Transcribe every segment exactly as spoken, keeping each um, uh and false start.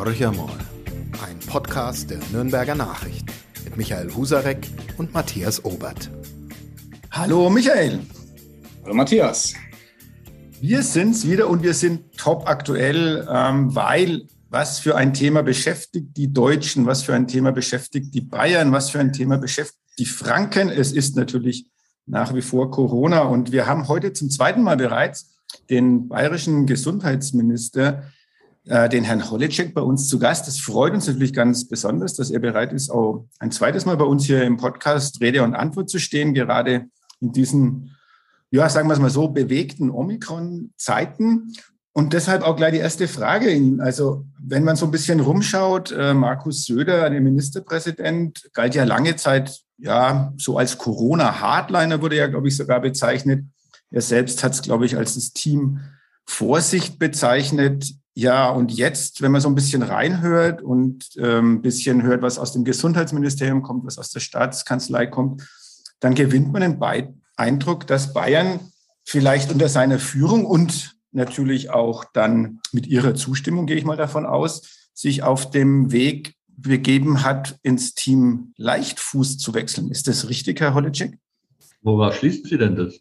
Horcher mal, ein Podcast der Nürnberger Nachrichten mit Michael Husarek und Matthias Obert. Hallo Michael. Hallo Matthias. Wir sind's wieder und wir sind top aktuell, ähm, weil was für ein Thema beschäftigt die Deutschen, was für ein Thema beschäftigt die Bayern, was für ein Thema beschäftigt die Franken. Es ist natürlich nach wie vor Corona und wir haben heute zum zweiten Mal bereits den bayerischen Gesundheitsminister, äh, den Herrn Holleczek, bei uns zu Gast. Das freut uns natürlich ganz besonders, dass er bereit ist, auch ein zweites Mal bei uns hier im Podcast Rede und Antwort zu stehen, gerade in diesen, ja, sagen wir es mal so, bewegten Omikron-Zeiten. Und deshalb auch gleich die erste Frage Ihnen. Also wenn man so ein bisschen rumschaut, äh, Markus Söder, der Ministerpräsident, galt ja lange Zeit ja so als Corona-Hardliner, wurde ja, glaube ich, sogar bezeichnet. Er selbst hat es, glaube ich, als das Team Vorsicht bezeichnet. Ja, und jetzt, wenn man so ein bisschen reinhört und ähm, ein bisschen hört, was aus dem Gesundheitsministerium kommt, was aus der Staatskanzlei kommt, dann gewinnt man den Be- Eindruck, dass Bayern vielleicht unter seiner Führung und natürlich auch dann mit ihrer Zustimmung, gehe ich mal davon aus, sich auf dem Weg begeben hat, ins Team Leichtfuß zu wechseln. Ist das richtig, Herr Holleczek? Worauf schließen Sie denn das?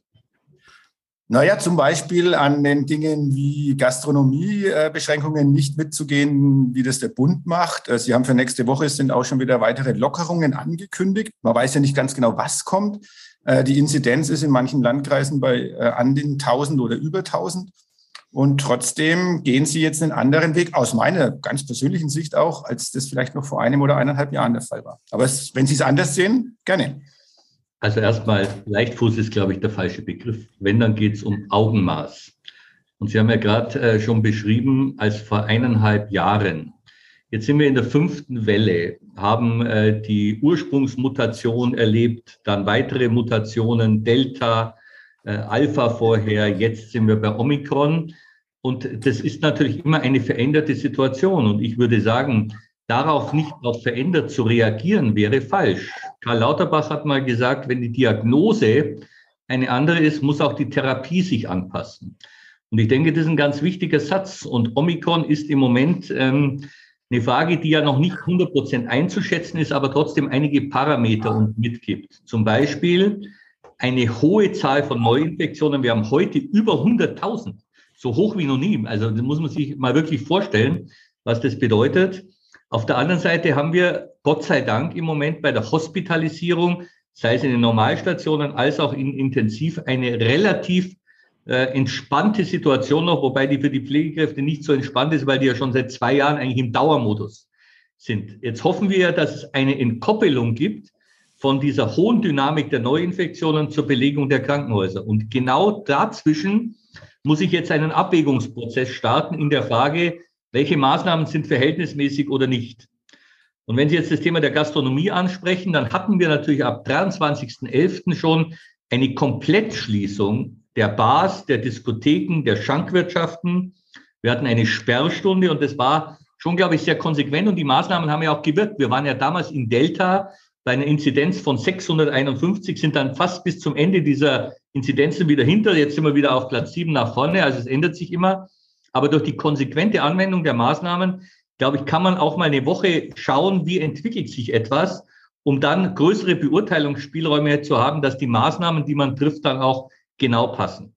Naja, zum Beispiel an den Dingen wie Gastronomiebeschränkungen nicht mitzugehen, wie das der Bund macht. Sie haben für nächste Woche, es sind auch schon wieder weitere Lockerungen angekündigt. Man weiß ja nicht ganz genau, was kommt. Die Inzidenz ist in manchen Landkreisen bei an den tausend oder über tausend. Und trotzdem gehen Sie jetzt einen anderen Weg, aus meiner ganz persönlichen Sicht auch, als das vielleicht noch vor einem oder eineinhalb Jahren der Fall war. Aber es, wenn Sie es anders sehen, gerne. Also erstmal, Leichtfuß ist, glaube ich, der falsche Begriff. Wenn, dann geht es um Augenmaß. Und Sie haben ja gerade äh, schon beschrieben, als vor eineinhalb Jahren. Jetzt sind wir in der fünften Welle, haben äh, die Ursprungsmutation erlebt, dann weitere Mutationen, Delta, äh, Alpha vorher, jetzt sind wir bei Omikron. Und das ist natürlich immer eine veränderte Situation. Und ich würde sagen, darauf nicht auf verändert zu reagieren, wäre falsch. Karl Lauterbach hat mal gesagt, wenn die Diagnose eine andere ist, muss auch die Therapie sich anpassen. Und ich denke, das ist ein ganz wichtiger Satz. Und Omikron ist im Moment ähm, eine Frage, die ja noch nicht hundert Prozent einzuschätzen ist, aber trotzdem einige Parameter uns mitgibt. Zum Beispiel eine hohe Zahl von Neuinfektionen. Wir haben heute über hunderttausend, so hoch wie noch nie. Also das muss man sich mal wirklich vorstellen, was das bedeutet. Auf der anderen Seite haben wir, Gott sei Dank, im Moment bei der Hospitalisierung, sei es in den Normalstationen als auch in Intensiv, eine relativ äh, entspannte Situation noch, wobei die für die Pflegekräfte nicht so entspannt ist, weil die ja schon seit zwei Jahren eigentlich im Dauermodus sind. Jetzt hoffen wir ja, dass es eine Entkoppelung gibt von dieser hohen Dynamik der Neuinfektionen zur Belegung der Krankenhäuser. Und genau dazwischen muss ich jetzt einen Abwägungsprozess starten in der Frage, welche Maßnahmen sind verhältnismäßig oder nicht? Und wenn Sie jetzt das Thema der Gastronomie ansprechen, dann hatten wir natürlich ab dreiundzwanzigsten elften schon eine Komplettschließung der Bars, der Diskotheken, der Schankwirtschaften. Wir hatten eine Sperrstunde und das war schon, glaube ich, sehr konsequent und die Maßnahmen haben ja auch gewirkt. Wir waren ja damals in Delta bei einer Inzidenz von sechshunderteinundfünfzig, sind dann fast bis zum Ende dieser Inzidenzen wieder hinter. Jetzt sind wir wieder auf Platz sieben nach vorne, also es ändert sich immer. Aber durch die konsequente Anwendung der Maßnahmen, glaube ich, kann man auch mal eine Woche schauen, wie entwickelt sich etwas, um dann größere Beurteilungsspielräume zu haben, dass die Maßnahmen, die man trifft, dann auch genau passen.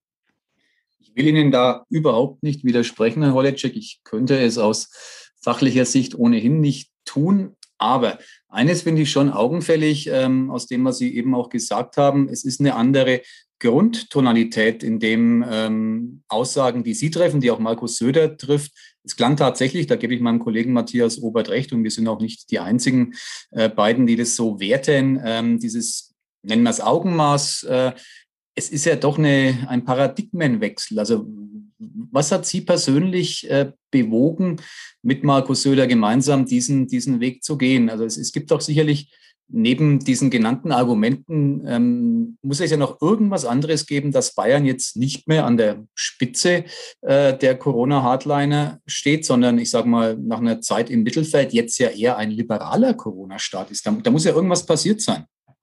Ich will Ihnen da überhaupt nicht widersprechen, Herr Holleczek. Ich könnte es aus fachlicher Sicht ohnehin nicht tun. Aber eines finde ich schon augenfällig, ähm, aus dem, was Sie eben auch gesagt haben. Es ist eine andere Grundtonalität in den ähm, Aussagen, die Sie treffen, die auch Markus Söder trifft. Es klang tatsächlich, da gebe ich meinem Kollegen Matthias Obert recht, und wir sind auch nicht die einzigen äh, beiden, die das so werten, ähm, dieses, nennen wir es Augenmaß. Äh, es ist ja doch eine, ein Paradigmenwechsel. Also was hat Sie persönlich äh, bewogen, mit Markus Söder gemeinsam diesen, diesen Weg zu gehen? Also es, es gibt doch sicherlich neben diesen genannten Argumenten, ähm, muss es ja noch irgendwas anderes geben, dass Bayern jetzt nicht mehr an der Spitze äh, der Corona-Hardliner steht, sondern ich sage mal, nach einer Zeit im Mittelfeld jetzt ja eher ein liberaler Corona-Staat ist. Da, da muss ja irgendwas passiert sein.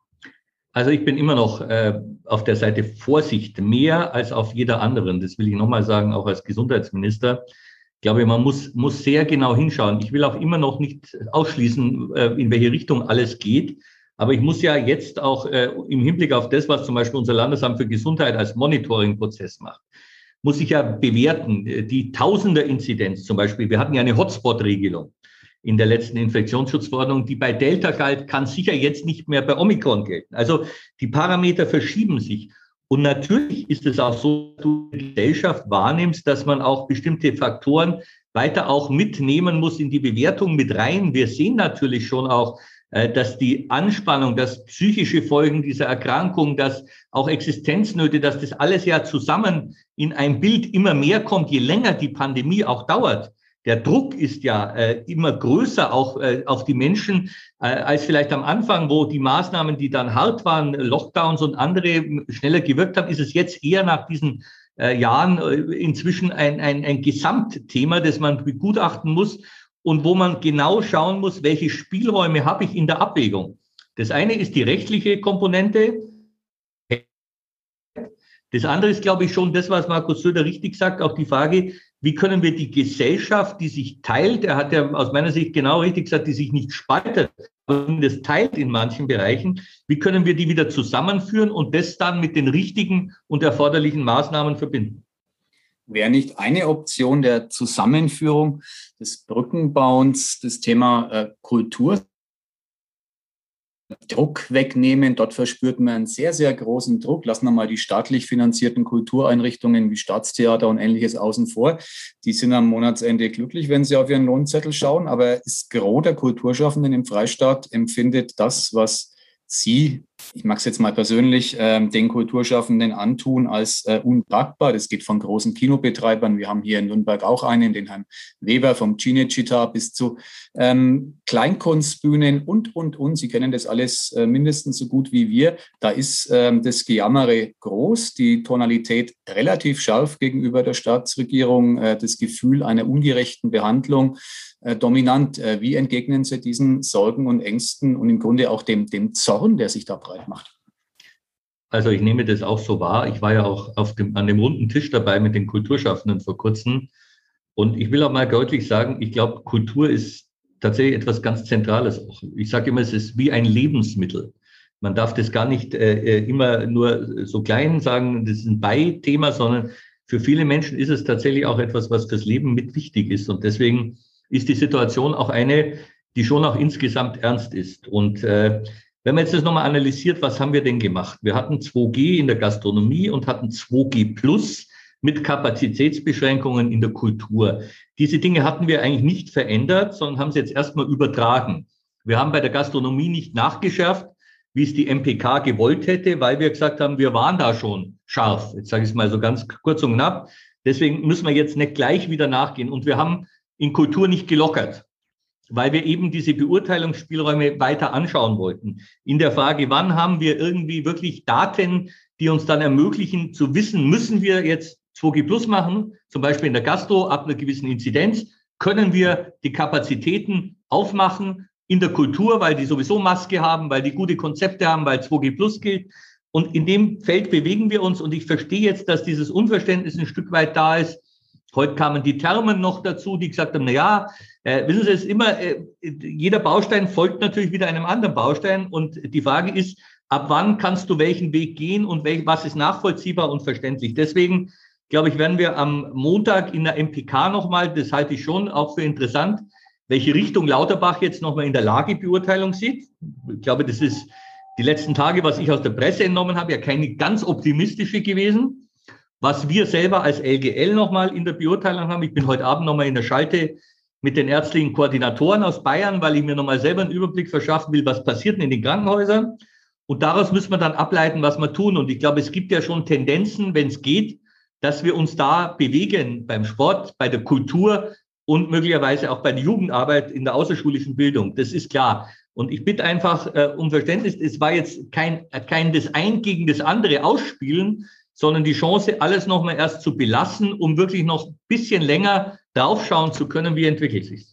Also ich bin immer noch äh, auf der Seite Vorsicht, mehr als auf jeder anderen. Das will ich nochmal sagen, auch als Gesundheitsminister. glaube, man muss, muss sehr genau hinschauen. Ich will auch immer noch nicht ausschließen, in welche Richtung alles geht. Aber ich muss ja jetzt auch im Hinblick auf das, was zum Beispiel unser Landesamt für Gesundheit als Monitoring-Prozess macht, muss ich ja bewerten. Die Tausender-Inzidenz zum Beispiel, wir hatten ja eine Hotspot-Regelung in der letzten Infektionsschutzverordnung, die bei Delta galt, kann sicher jetzt nicht mehr bei Omikron gelten. Also die Parameter verschieben sich. Und natürlich ist es auch so, dass du die Gesellschaft wahrnimmst, dass man auch bestimmte Faktoren weiter auch mitnehmen muss in die Bewertung mit rein. Wir sehen natürlich schon auch, dass die Anspannung, dass psychische Folgen dieser Erkrankung, dass auch Existenznöte, dass das alles ja zusammen in ein Bild immer mehr kommt, je länger die Pandemie auch dauert. Der Druck ist ja äh, immer größer auch äh, auf die Menschen äh, als vielleicht am Anfang, wo die Maßnahmen, die dann hart waren, Lockdowns und andere schneller gewirkt haben, ist es jetzt eher nach diesen äh, Jahren äh, inzwischen ein, ein, ein Gesamtthema, das man begutachten muss und wo man genau schauen muss, welche Spielräume habe ich in der Abwägung. Das eine ist die rechtliche Komponente. Das andere ist, glaube ich, schon das, was Markus Söder richtig sagt, auch die Frage, wie können wir die Gesellschaft, die sich teilt, er hat ja aus meiner Sicht genau richtig gesagt, die sich nicht spaltet, aber das teilt in manchen Bereichen, wie können wir die wieder zusammenführen und das dann mit den richtigen und erforderlichen Maßnahmen verbinden? Wäre nicht eine Option der Zusammenführung des Brückenbauens das Thema äh, Kultur? Druck wegnehmen. Dort verspürt man einen sehr, sehr großen Druck. Lassen wir mal die staatlich finanzierten Kultureinrichtungen wie Staatstheater und Ähnliches außen vor. Die sind am Monatsende glücklich, wenn sie auf ihren Lohnzettel schauen. Aber das Gros der Kulturschaffenden im Freistaat empfindet das, was sie, ich mag es jetzt mal persönlich, äh, den Kulturschaffenden antun als äh, untragbar. Das geht von großen Kinobetreibern. Wir haben hier in Nürnberg auch einen, den Herrn Weber vom Cinecittà, bis zu ähm, Kleinkunstbühnen und, und, und. Sie kennen das alles äh, mindestens so gut wie wir. Da ist ähm, das Gejammere groß, die Tonalität relativ scharf gegenüber der Staatsregierung, äh, das Gefühl einer ungerechten Behandlung äh, dominant. Äh, wie entgegnen Sie diesen Sorgen und Ängsten und im Grunde auch dem, dem Zorn, der sich da breit macht? Also ich nehme das auch so wahr. Ich war ja auch auf dem, an dem runden Tisch dabei mit den Kulturschaffenden vor kurzem. Und ich will auch mal deutlich sagen, ich glaube, Kultur ist tatsächlich etwas ganz Zentrales auch. Ich sage immer, es ist wie ein Lebensmittel. Man darf das gar nicht äh, immer nur so klein sagen, das ist ein Beithema, sondern für viele Menschen ist es tatsächlich auch etwas, was fürs Leben mit wichtig ist. Und deswegen ist die Situation auch eine, die schon auch insgesamt ernst ist. Und äh, wenn man jetzt das nochmal analysiert, was haben wir denn gemacht? Wir hatten zwei G in der Gastronomie und hatten zwei G plus mit Kapazitätsbeschränkungen in der Kultur. Diese Dinge hatten wir eigentlich nicht verändert, sondern haben sie jetzt erstmal übertragen. Wir haben bei der Gastronomie nicht nachgeschärft, wie es die M P K gewollt hätte, weil wir gesagt haben, wir waren da schon scharf. Jetzt sage ich es mal so ganz kurz und knapp. Deswegen müssen wir jetzt nicht gleich wieder nachgehen. Und wir haben in Kultur nicht gelockert, weil wir eben diese Beurteilungsspielräume weiter anschauen wollten. In der Frage, wann haben wir irgendwie wirklich Daten, die uns dann ermöglichen zu wissen, müssen wir jetzt zwei G plus machen, zum Beispiel in der Gastro ab einer gewissen Inzidenz, können wir die Kapazitäten aufmachen in der Kultur, weil die sowieso Maske haben, weil die gute Konzepte haben, weil zwei G plus gilt. Und in dem Feld bewegen wir uns. Und ich verstehe jetzt, dass dieses Unverständnis ein Stück weit da ist. Heute kamen die Thermen noch dazu, die gesagt haben, na ja, äh, wissen Sie, es ist immer, äh, jeder Baustein folgt natürlich wieder einem anderen Baustein. Und die Frage ist, ab wann kannst du welchen Weg gehen und welch, was ist nachvollziehbar und verständlich? Deswegen, glaube ich, werden wir am Montag in der M P K nochmal, das halte ich schon auch für interessant, welche Richtung Lauterbach jetzt nochmal in der Lagebeurteilung sieht. Ich glaube, das ist die letzten Tage, was ich aus der Presse entnommen habe, ja keine ganz optimistische gewesen. Was wir selber als L G L nochmal in der Beurteilung haben, ich bin heute Abend nochmal in der Schalte mit den ärztlichen Koordinatoren aus Bayern, weil ich mir nochmal selber einen Überblick verschaffen will, was passiert denn in den Krankenhäusern. Und daraus müssen wir dann ableiten, was wir tun. Und ich glaube, es gibt ja schon Tendenzen, wenn es geht, dass wir uns da bewegen beim Sport, bei der Kultur und möglicherweise auch bei der Jugendarbeit in der außerschulischen Bildung. Das ist klar. Und ich bitte einfach äh, um Verständnis, es war jetzt kein, kein das ein gegen das andere ausspielen, sondern die Chance, alles nochmal erst zu belassen, um wirklich noch ein bisschen länger draufschauen zu können, wie entwickelt sich.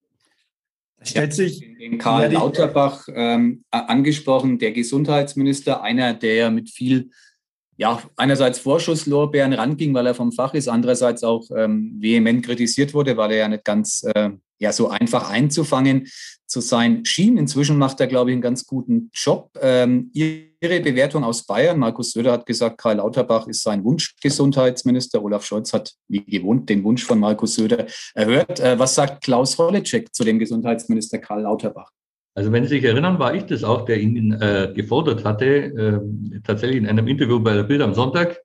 Stellt sich den Karl Lauterbach ähm, angesprochen, der Gesundheitsminister, einer, der mit viel ja, einerseits Vorschusslorbeeren ranging, weil er vom Fach ist, andererseits auch ähm, vehement kritisiert wurde, weil er ja nicht ganz äh, ja, so einfach einzufangen zu sein schien. Inzwischen macht er, glaube ich, einen ganz guten Job. Ähm, Ihre Bewertung aus Bayern, Markus Söder hat gesagt, Karl Lauterbach ist sein Wunschgesundheitsminister. Olaf Scholz hat, wie gewohnt, den Wunsch von Markus Söder erhört. Äh, was sagt Klaus Holleczek zu dem Gesundheitsminister Karl Lauterbach? Also wenn Sie sich erinnern, war ich das auch, der ihn äh, gefordert hatte, äh, tatsächlich in einem Interview bei der Bild am Sonntag,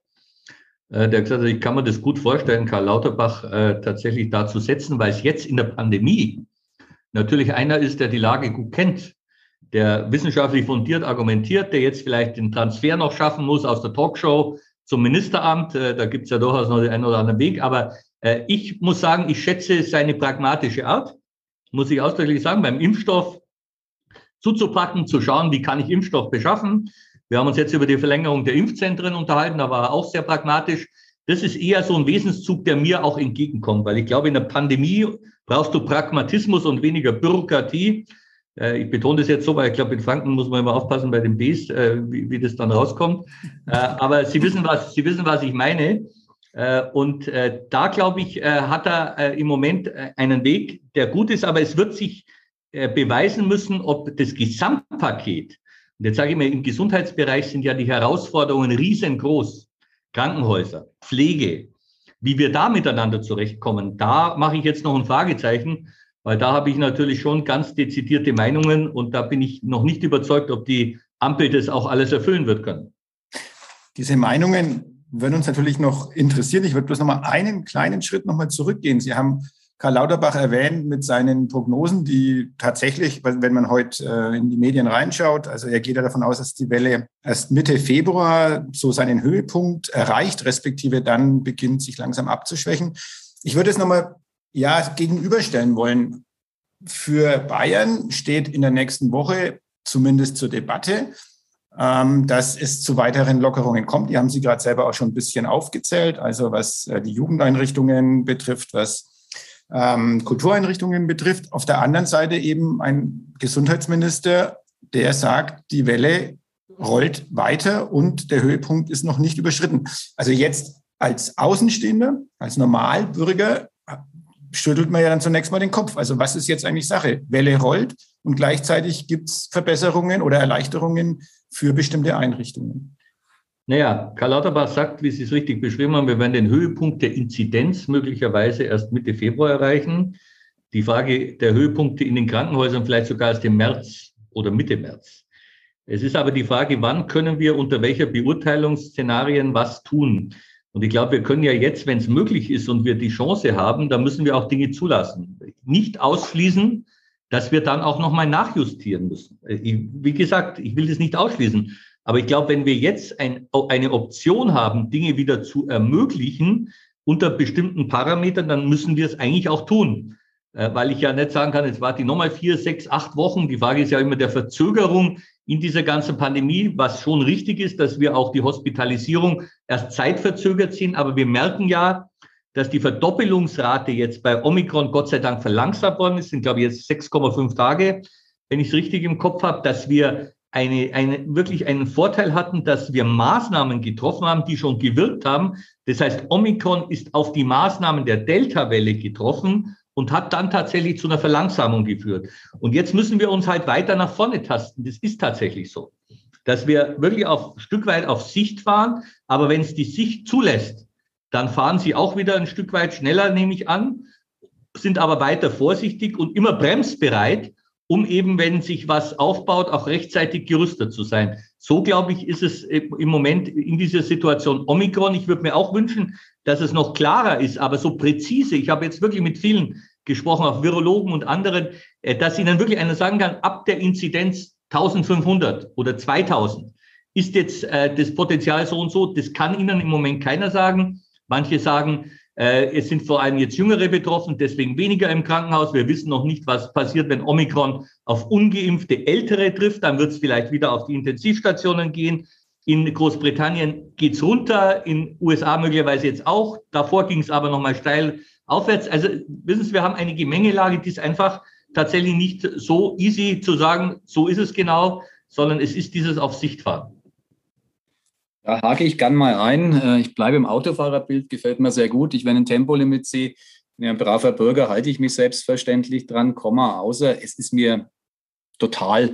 äh, der gesagt hat, ich kann mir das gut vorstellen, Karl Lauterbach äh, tatsächlich da zu setzen, weil es jetzt in der Pandemie natürlich einer ist, der die Lage gut kennt, der wissenschaftlich fundiert argumentiert, der jetzt vielleicht den Transfer noch schaffen muss aus der Talkshow zum Ministeramt. Äh, da gibt es ja durchaus noch den einen oder anderen Weg. Aber äh, ich muss sagen, ich schätze seine pragmatische Art, muss ich ausdrücklich sagen, beim Impfstoff zuzupacken, zu schauen, wie kann ich Impfstoff beschaffen. Wir haben uns jetzt über die Verlängerung der Impfzentren unterhalten, da war er auch sehr pragmatisch. Das ist eher so ein Wesenszug, der mir auch entgegenkommt, weil ich glaube, in der Pandemie brauchst du Pragmatismus und weniger Bürokratie. Ich betone das jetzt so, weil ich glaube, in Franken muss man immer aufpassen bei den Bs, wie, wie das dann rauskommt. Aber Sie wissen, was, Sie wissen, was ich meine. Und da, glaube ich, hat er im Moment einen Weg, der gut ist, aber es wird sich beweisen müssen, ob das Gesamtpaket, und jetzt sage ich mal, im Gesundheitsbereich sind ja die Herausforderungen riesengroß, Krankenhäuser, Pflege, wie wir da miteinander zurechtkommen, da mache ich jetzt noch ein Fragezeichen, weil da habe ich natürlich schon ganz dezidierte Meinungen und da bin ich noch nicht überzeugt, ob die Ampel das auch alles erfüllen wird können. Diese Meinungen würden uns natürlich noch interessieren. Ich würde bloß noch mal einen kleinen Schritt noch mal zurückgehen. Sie haben Karl Lauterbach erwähnt mit seinen Prognosen, die tatsächlich, wenn man heute äh, in die Medien reinschaut, also er geht ja davon aus, dass die Welle erst Mitte Februar so seinen Höhepunkt erreicht, respektive dann beginnt sich langsam abzuschwächen. Ich würde es nochmal ja, gegenüberstellen wollen. Für Bayern steht in der nächsten Woche zumindest zur Debatte, ähm, dass es zu weiteren Lockerungen kommt. Die haben Sie gerade selber auch schon ein bisschen aufgezählt, also was äh, die Jugendeinrichtungen betrifft, was Ähm, Kultureinrichtungen betrifft. Auf der anderen Seite eben ein Gesundheitsminister, der sagt, die Welle rollt weiter und der Höhepunkt ist noch nicht überschritten. Also jetzt als Außenstehender, als Normalbürger schüttelt man ja dann zunächst mal den Kopf. Also was ist jetzt eigentlich Sache? Welle rollt und gleichzeitig gibt es Verbesserungen oder Erleichterungen für bestimmte Einrichtungen. Naja, Karl Lauterbach sagt, wie Sie es richtig beschrieben haben, wir werden den Höhepunkt der Inzidenz möglicherweise erst Mitte Februar erreichen. Die Frage der Höhepunkte in den Krankenhäusern vielleicht sogar erst im März oder Mitte März. Es ist aber die Frage, wann können wir unter welcher Beurteilungsszenarien was tun? Und ich glaube, wir können ja jetzt, wenn es möglich ist und wir die Chance haben, dann müssen wir auch Dinge zulassen. Nicht ausschließen, dass wir dann auch nochmal nachjustieren müssen. Ich, wie gesagt, ich will das nicht ausschließen. Aber ich glaube, wenn wir jetzt ein, eine Option haben, Dinge wieder zu ermöglichen unter bestimmten Parametern, dann müssen wir es eigentlich auch tun. Äh, weil ich ja nicht sagen kann, jetzt warte ich nochmal vier, sechs, acht Wochen. Die Frage ist ja immer der Verzögerung in dieser ganzen Pandemie, was schon richtig ist, dass wir auch die Hospitalisierung erst zeitverzögert sind. Aber wir merken ja, dass die Verdoppelungsrate jetzt bei Omikron Gott sei Dank verlangsamt worden ist, sind glaube ich jetzt sechs Komma fünf Tage, wenn ich es richtig im Kopf habe, dass wir Eine, eine, wirklich einen Vorteil hatten, dass wir Maßnahmen getroffen haben, die schon gewirkt haben. Das heißt, Omikron ist auf die Maßnahmen der Delta-Welle getroffen und hat dann tatsächlich zu einer Verlangsamung geführt. Und jetzt müssen wir uns halt weiter nach vorne tasten. Das ist tatsächlich so, dass wir wirklich auf, ein Stück weit auf Sicht fahren. Aber wenn es die Sicht zulässt, dann fahren sie auch wieder ein Stück weit schneller, nehme ich an, sind aber weiter vorsichtig und immer bremsbereit, um eben, wenn sich was aufbaut, auch rechtzeitig gerüstet zu sein. So, glaube ich, ist es im Moment in dieser Situation Omikron. Ich würde mir auch wünschen, dass es noch klarer ist, aber so präzise. Ich habe jetzt wirklich mit vielen gesprochen, auch Virologen und anderen, dass ihnen wirklich einer sagen kann, ab der Inzidenz eintausendfünfhundert oder zweitausend ist jetzt das Potenzial so und so. Das kann ihnen im Moment keiner sagen. Manche sagen, es sind vor allem jetzt Jüngere betroffen, deswegen weniger im Krankenhaus. Wir wissen noch nicht, was passiert, wenn Omikron auf ungeimpfte Ältere trifft. Dann wird es vielleicht wieder auf die Intensivstationen gehen. In Großbritannien geht es runter, in U S A möglicherweise jetzt auch. Davor ging es aber nochmal steil aufwärts. Also wissen Sie, wir haben eine Gemengelage, die ist einfach tatsächlich nicht so easy zu sagen, so ist es genau, sondern es ist dieses auf Sicht fahren. Da hake ich gern mal ein. Ich bleibe im Autofahrerbild, gefällt mir sehr gut. Ich, wenn ein Tempolimit sehe, bin ein braver Bürger, halte ich mich selbstverständlich dran, Komma, außer es ist mir total,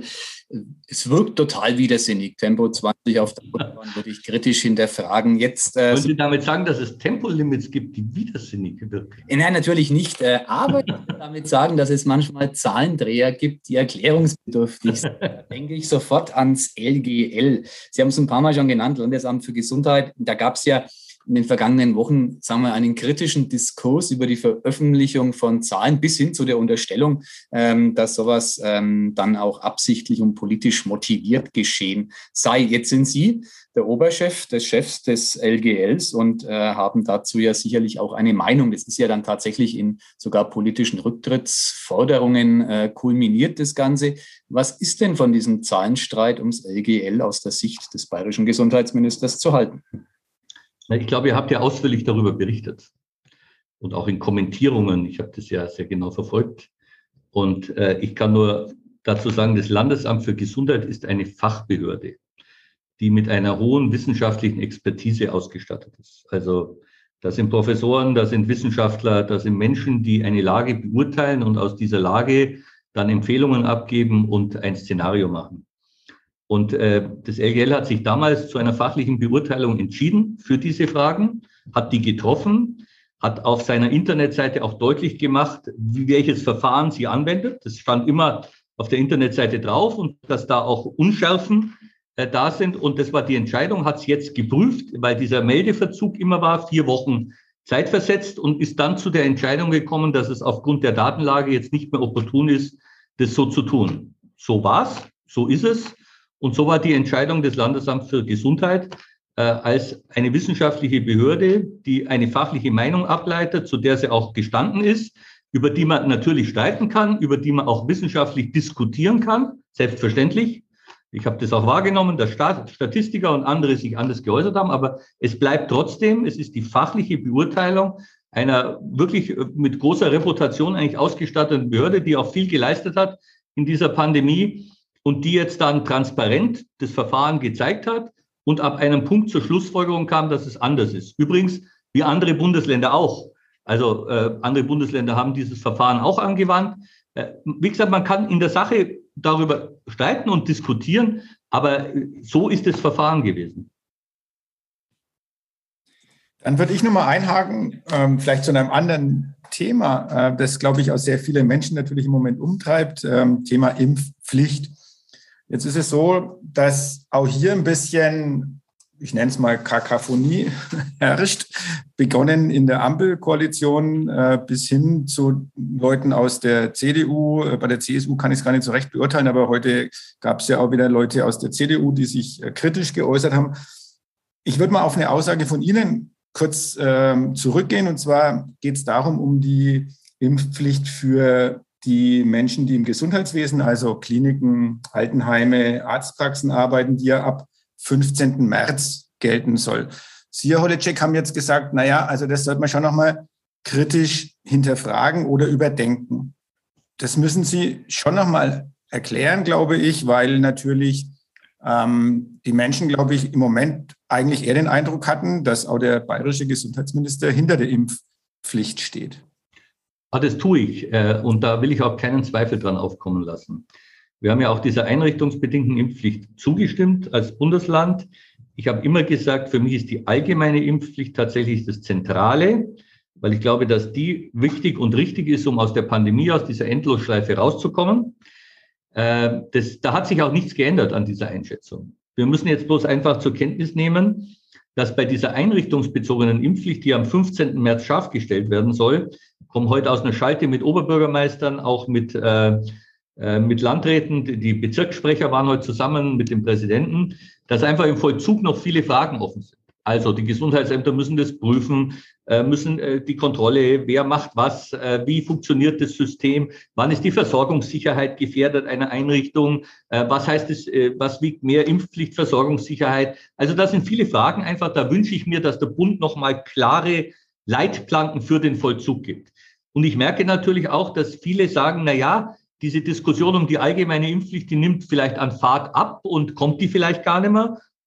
es wirkt total widersinnig. Tempo zwanzig auf der Autobahn würde ich kritisch hinterfragen. Jetzt, äh, Wollen Sie damit sagen, dass es Tempolimits gibt, die widersinnig wirken? Nein, natürlich nicht. Äh, aber ich will damit sagen, dass es manchmal Zahlendreher gibt, die erklärungsbedürftig sind. Da denke ich sofort ans L G L. Sie haben es ein paar Mal schon genannt, Landesamt für Gesundheit. Da gab es ja in den vergangenen Wochen, sagen wir, einen kritischen Diskurs über die Veröffentlichung von Zahlen bis hin zu der Unterstellung, ähm, dass sowas ähm, dann auch absichtlich und politisch motiviert geschehen sei. Jetzt sind Sie der Oberchef des Chefs des L G Ls und äh, haben dazu ja sicherlich auch eine Meinung. Das ist ja dann tatsächlich in sogar politischen Rücktrittsforderungen äh, kulminiert, das Ganze. Was ist denn von diesem Zahlenstreit ums L G L aus der Sicht des bayerischen Gesundheitsministers zu halten? Ich glaube, ihr habt ja ausführlich darüber berichtet und auch in Kommentierungen. Ich habe das ja sehr genau verfolgt. Und äh, ich kann nur dazu sagen, das Landesamt für Gesundheit ist eine Fachbehörde, die mit einer hohen wissenschaftlichen Expertise ausgestattet ist. Also da sind Professoren, da sind Wissenschaftler, da sind Menschen, die eine Lage beurteilen und aus dieser Lage dann Empfehlungen abgeben und ein Szenario machen. Und äh, das L G L hat sich damals zu einer fachlichen Beurteilung entschieden für diese Fragen, hat die getroffen, hat auf seiner Internetseite auch deutlich gemacht, wie, welches Verfahren sie anwendet. Das stand immer auf der Internetseite drauf und dass da auch Unschärfen äh, da sind. Und das war die Entscheidung, hat es jetzt geprüft, weil dieser Meldeverzug immer war, vier Wochen zeitversetzt und ist dann zu der Entscheidung gekommen, dass es aufgrund der Datenlage jetzt nicht mehr opportun ist, das so zu tun. So war's, so ist es. Und so war die Entscheidung des Landesamts für Gesundheit äh, als eine wissenschaftliche Behörde, die eine fachliche Meinung ableitet, zu der sie auch gestanden ist, über die man natürlich streiten kann, über die man auch wissenschaftlich diskutieren kann, selbstverständlich. Ich habe das auch wahrgenommen, dass Statistiker und andere sich anders geäußert haben, aber es bleibt trotzdem, es ist die fachliche Beurteilung einer wirklich mit großer Reputation eigentlich ausgestatteten Behörde, die auch viel geleistet hat in dieser Pandemie. Und die jetzt dann transparent das Verfahren gezeigt hat und ab einem Punkt zur Schlussfolgerung kam, dass es anders ist. Übrigens, wie andere Bundesländer auch. Also äh, andere Bundesländer haben dieses Verfahren auch angewandt. Äh, wie gesagt, man kann in der Sache darüber streiten und diskutieren, aber so ist das Verfahren gewesen. Dann würde ich nochmal einhaken, ähm, vielleicht zu einem anderen Thema, äh, das, glaube ich, auch sehr viele Menschen natürlich im Moment umtreibt, ähm, Thema Impfpflicht. Jetzt ist es so, dass auch hier ein bisschen, ich nenne es mal Kakaphonie herrscht, begonnen in der Ampelkoalition äh, bis hin zu Leuten aus der C D U. Bei der C S U kann ich es gar nicht so recht beurteilen, aber heute gab es ja auch wieder Leute aus der C D U, die sich äh, kritisch geäußert haben. Ich würde mal auf eine Aussage von Ihnen kurz äh, zurückgehen. Und zwar geht es darum, um die Impfpflicht für die Menschen, die im Gesundheitswesen, also Kliniken, Altenheime, Arztpraxen arbeiten, die ja ab fünfzehnten März gelten soll. Sie, Herr Holecek, haben jetzt gesagt, naja, also das sollte man schon nochmal kritisch hinterfragen oder überdenken. Das müssen Sie schon nochmal erklären, glaube ich, weil natürlich ähm, die Menschen, glaube ich, im Moment eigentlich eher den Eindruck hatten, dass auch der bayerische Gesundheitsminister hinter der Impfpflicht steht. Ah, das tue ich. Und da will ich auch keinen Zweifel dran aufkommen lassen. Wir haben ja auch dieser einrichtungsbedingten Impfpflicht zugestimmt als Bundesland. Ich habe immer gesagt, für mich ist die allgemeine Impfpflicht tatsächlich das Zentrale, weil ich glaube, dass die wichtig und richtig ist, um aus der Pandemie, aus dieser Endlosschleife rauszukommen. Das, da hat sich auch nichts geändert an dieser Einschätzung. Wir müssen jetzt bloß einfach zur Kenntnis nehmen, dass bei dieser einrichtungsbezogenen Impfpflicht, die am fünfzehnten März scharf gestellt werden soll, kommen heute aus einer Schalte mit Oberbürgermeistern, auch mit, äh, äh, mit Landräten. Die Bezirkssprecher waren heute zusammen mit dem Präsidenten, dass einfach im Vollzug noch viele Fragen offen sind. Also die Gesundheitsämter müssen das prüfen, äh, müssen äh, die Kontrolle, wer macht was, äh, wie funktioniert das System, wann ist die Versorgungssicherheit gefährdet einer Einrichtung, äh, was heißt es, äh, was wiegt mehr, Impfpflicht, Versorgungssicherheit. Also das sind viele Fragen einfach, da wünsche ich mir, dass der Bund nochmal klare Leitplanken für den Vollzug gibt. Und ich merke natürlich auch, dass viele sagen, na ja, diese Diskussion um die allgemeine Impfpflicht, die nimmt vielleicht an Fahrt ab und kommt die vielleicht gar nicht mehr.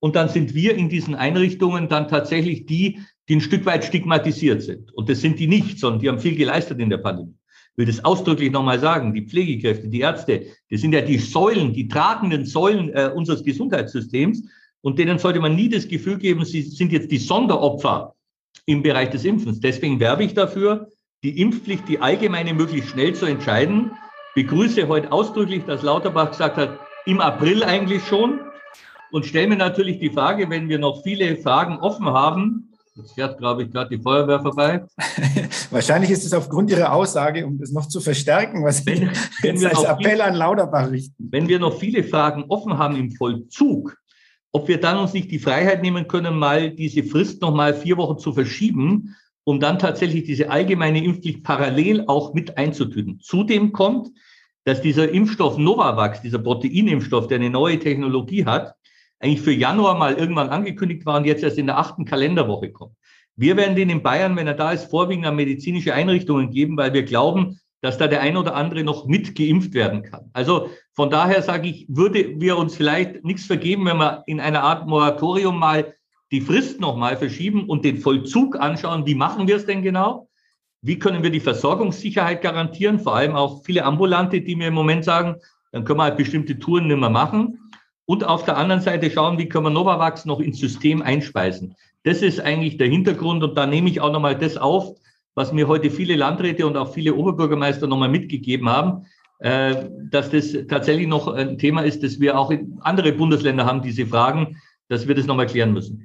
Und dann sind wir in diesen Einrichtungen dann tatsächlich die, die ein Stück weit stigmatisiert sind. Und das sind die nicht, sondern die haben viel geleistet in der Pandemie. Ich will das ausdrücklich nochmal sagen, die Pflegekräfte, die Ärzte, das sind ja die Säulen, die tragenden Säulen äh, unseres Gesundheitssystems. Und denen sollte man nie das Gefühl geben, sie sind jetzt die Sonderopfer im Bereich des Impfens. Deswegen werbe ich dafür, die Impfpflicht, die allgemeine, möglichst schnell zu entscheiden. Begrüße heute ausdrücklich, dass Lauterbach gesagt hat, im April eigentlich schon. Und stelle mir natürlich die Frage, wenn wir noch viele Fragen offen haben, jetzt fährt, glaube ich, gerade die Feuerwehr vorbei. Wahrscheinlich ist es aufgrund Ihrer Aussage, um das noch zu verstärken, was wenn, Sie wenn jetzt wir als Appell viele, an Lauterbach richten. Wenn wir noch viele Fragen offen haben im Vollzug, ob wir dann uns nicht die Freiheit nehmen können, mal diese Frist noch mal vier Wochen zu verschieben, um dann tatsächlich diese allgemeine Impfpflicht parallel auch mit einzutüten. Zudem kommt, dass dieser Impfstoff Novavax, dieser Proteinimpfstoff, der eine neue Technologie hat, eigentlich für Januar mal irgendwann angekündigt war und jetzt erst in der achten Kalenderwoche kommt. Wir werden den in Bayern, wenn er da ist, vorwiegend an medizinische Einrichtungen geben, weil wir glauben, dass da der ein oder andere noch mit geimpft werden kann. Also von daher sage ich, würde wir uns vielleicht nichts vergeben, wenn wir in einer Art Moratorium mal die Frist noch mal verschieben und den Vollzug anschauen. Wie machen wir es denn genau? Wie können wir die Versorgungssicherheit garantieren? Vor allem auch viele Ambulante, die mir im Moment sagen, dann können wir halt bestimmte Touren nicht mehr machen. Und auf der anderen Seite schauen, wie können wir Novavax noch ins System einspeisen. Das ist eigentlich der Hintergrund. Und da nehme ich auch nochmal das auf, was mir heute viele Landräte und auch viele Oberbürgermeister nochmal mitgegeben haben, äh, dass das tatsächlich noch ein Thema ist, dass wir auch in andere Bundesländer haben, diese Fragen, dass wir das nochmal klären müssen.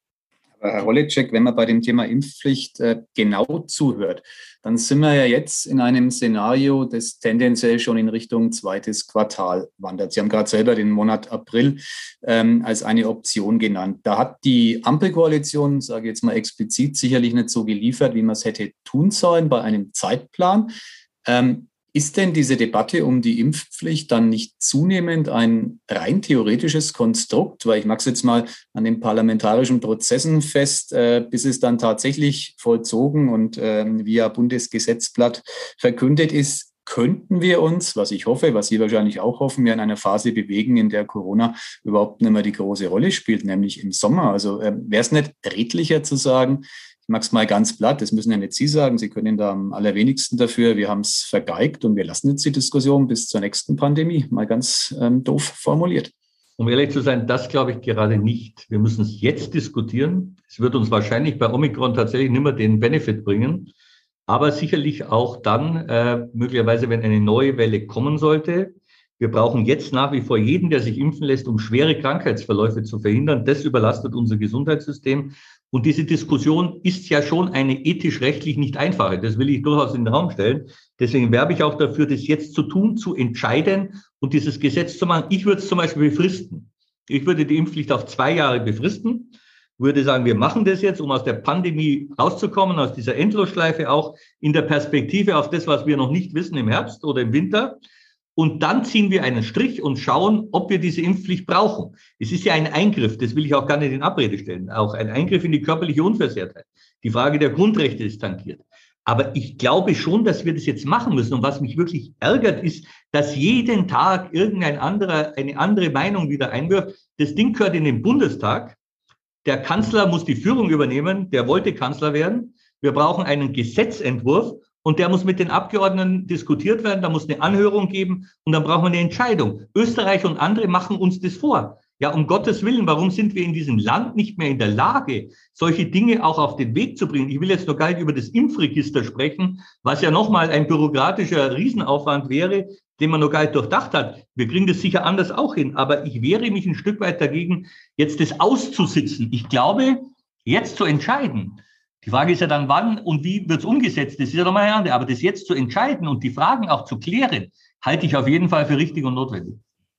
Herr Holleczek, wenn man bei dem Thema Impfpflicht äh, genau zuhört, dann sind wir ja jetzt in einem Szenario, das tendenziell schon in Richtung zweites Quartal wandert. Sie haben gerade selber den Monat April ähm, als eine Option genannt. Da hat die Ampelkoalition, sage ich jetzt mal explizit, sicherlich nicht so geliefert, wie man es hätte tun sollen bei einem Zeitplan. Ähm, Ist denn diese Debatte um die Impfpflicht dann nicht zunehmend ein rein theoretisches Konstrukt? Weil ich mache es jetzt mal an den parlamentarischen Prozessen fest, äh, bis es dann tatsächlich vollzogen und äh, via Bundesgesetzblatt verkündet ist, könnten wir uns, was ich hoffe, was Sie wahrscheinlich auch hoffen, ja in einer Phase bewegen, in der Corona überhaupt nicht mehr die große Rolle spielt, nämlich im Sommer. Also äh, wäre es nicht redlicher zu sagen, ich mache es mal ganz platt, das müssen ja nicht Sie sagen, Sie können da am allerwenigsten dafür, wir haben es vergeigt und wir lassen jetzt die Diskussion bis zur nächsten Pandemie, mal ganz ähm, doof formuliert. Um ehrlich zu sein, das glaube ich gerade nicht. Wir müssen es jetzt diskutieren. Es wird uns wahrscheinlich bei Omikron tatsächlich nicht mehr den Benefit bringen, aber sicherlich auch dann, äh, möglicherweise, wenn eine neue Welle kommen sollte. Wir brauchen jetzt nach wie vor jeden, der sich impfen lässt, um schwere Krankheitsverläufe zu verhindern. Das überlastet unser Gesundheitssystem. Und diese Diskussion ist ja schon eine ethisch-rechtlich nicht einfache. Das will ich durchaus in den Raum stellen. Deswegen werbe ich auch dafür, das jetzt zu tun, zu entscheiden und dieses Gesetz zu machen. Ich würde es zum Beispiel befristen. Ich würde die Impfpflicht auf zwei Jahre befristen, würde sagen, wir machen das jetzt, um aus der Pandemie rauszukommen, aus dieser Endlosschleife, auch in der Perspektive auf das, was wir noch nicht wissen im Herbst oder im Winter. Und dann ziehen wir einen Strich und schauen, ob wir diese Impfpflicht brauchen. Es ist ja ein Eingriff, das will ich auch gar nicht in Abrede stellen, auch ein Eingriff in die körperliche Unversehrtheit. Die Frage der Grundrechte ist tangiert. Aber ich glaube schon, dass wir das jetzt machen müssen. Und was mich wirklich ärgert, ist, dass jeden Tag irgendein anderer eine andere Meinung wieder einwirft. Das Ding gehört in den Bundestag. Der Kanzler muss die Führung übernehmen. Der wollte Kanzler werden. Wir brauchen einen Gesetzentwurf. Und der muss mit den Abgeordneten diskutiert werden, da muss eine Anhörung geben und dann brauchen wir eine Entscheidung. Österreich und andere machen uns das vor. Ja, um Gottes Willen, warum sind wir in diesem Land nicht mehr in der Lage, solche Dinge auch auf den Weg zu bringen? Ich will jetzt noch gar nicht über das Impfregister sprechen, was ja nochmal ein bürokratischer Riesenaufwand wäre, den man noch gar nicht durchdacht hat. Wir kriegen das sicher anders auch hin, aber ich wehre mich ein Stück weit dagegen, jetzt das auszusitzen. Ich glaube, jetzt zu entscheiden. Die Frage ist ja dann, wann und wie wird es umgesetzt? Das ist ja nochmal eine andere. Aber das jetzt zu entscheiden und die Fragen auch zu klären, halte ich auf jeden Fall für richtig und notwendig.